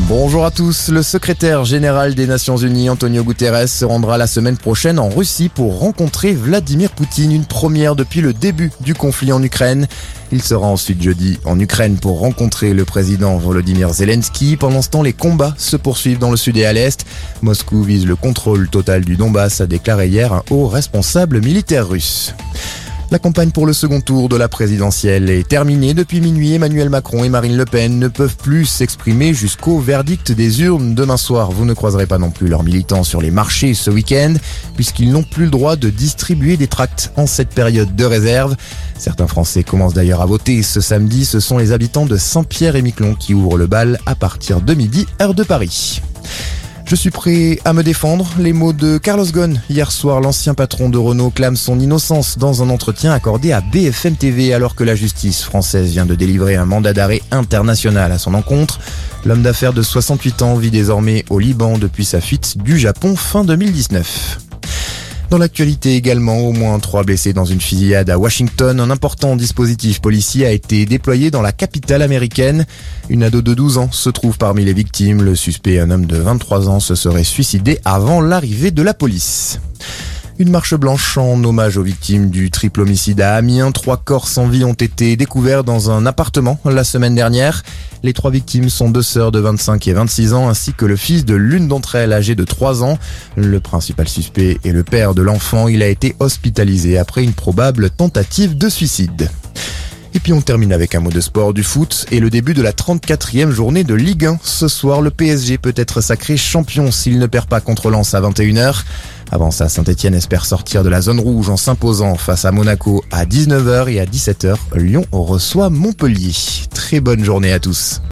Bonjour à tous. Le secrétaire général des Nations Unies, Antonio Guterres, se rendra la semaine prochaine en Russie pour rencontrer Vladimir Poutine, une première depuis le début du conflit en Ukraine. Il sera ensuite jeudi en Ukraine pour rencontrer le président Volodymyr Zelensky. Pendant ce temps, les combats se poursuivent dans le sud et à l'est. Moscou vise le contrôle total du Donbass, a déclaré hier un haut responsable militaire russe. La campagne pour le second tour de la présidentielle est terminée. Depuis minuit, Emmanuel Macron et Marine Le Pen ne peuvent plus s'exprimer jusqu'au verdict des urnes demain soir. Vous ne croiserez pas non plus leurs militants sur les marchés ce week-end, puisqu'ils n'ont plus le droit de distribuer des tracts en cette période de réserve. Certains Français commencent d'ailleurs à voter ce samedi. Ce sont les habitants de Saint-Pierre-et-Miquelon qui ouvrent le bal à partir de midi, heure de Paris. Je suis prêt à me défendre. Les mots de Carlos Ghosn. Hier soir, l'ancien patron de Renault clame son innocence dans un entretien accordé à BFM TV alors que la justice française vient de délivrer un mandat d'arrêt international à son encontre. L'homme d'affaires de 68 ans vit désormais au Liban depuis sa fuite du Japon fin 2019. Dans l'actualité également, au moins 3 blessés dans une fusillade à Washington. Un important dispositif policier a été déployé dans la capitale américaine. Une ado de 12 ans se trouve parmi les victimes. Le suspect, un homme de 23 ans, se serait suicidé avant l'arrivée de la police. Une marche blanche en hommage aux victimes du triple homicide à Amiens. 3 corps sans vie ont été découverts dans un appartement la semaine dernière. Les 3 victimes sont 2 sœurs de 25 et 26 ans ainsi que le fils de l'une d'entre elles âgé de 3 ans. Le principal suspect est le père de l'enfant. Il a été hospitalisé après une probable tentative de suicide. Et puis on termine avec un mot de sport, du foot et le début de la 34e journée de Ligue 1. Ce soir, le PSG peut être sacré champion s'il ne perd pas contre Lens à 21h. Avant ça, Saint-Etienne espère sortir de la zone rouge en s'imposant face à Monaco à 19h et à 17h, Lyon reçoit Montpellier. Très bonne journée à tous.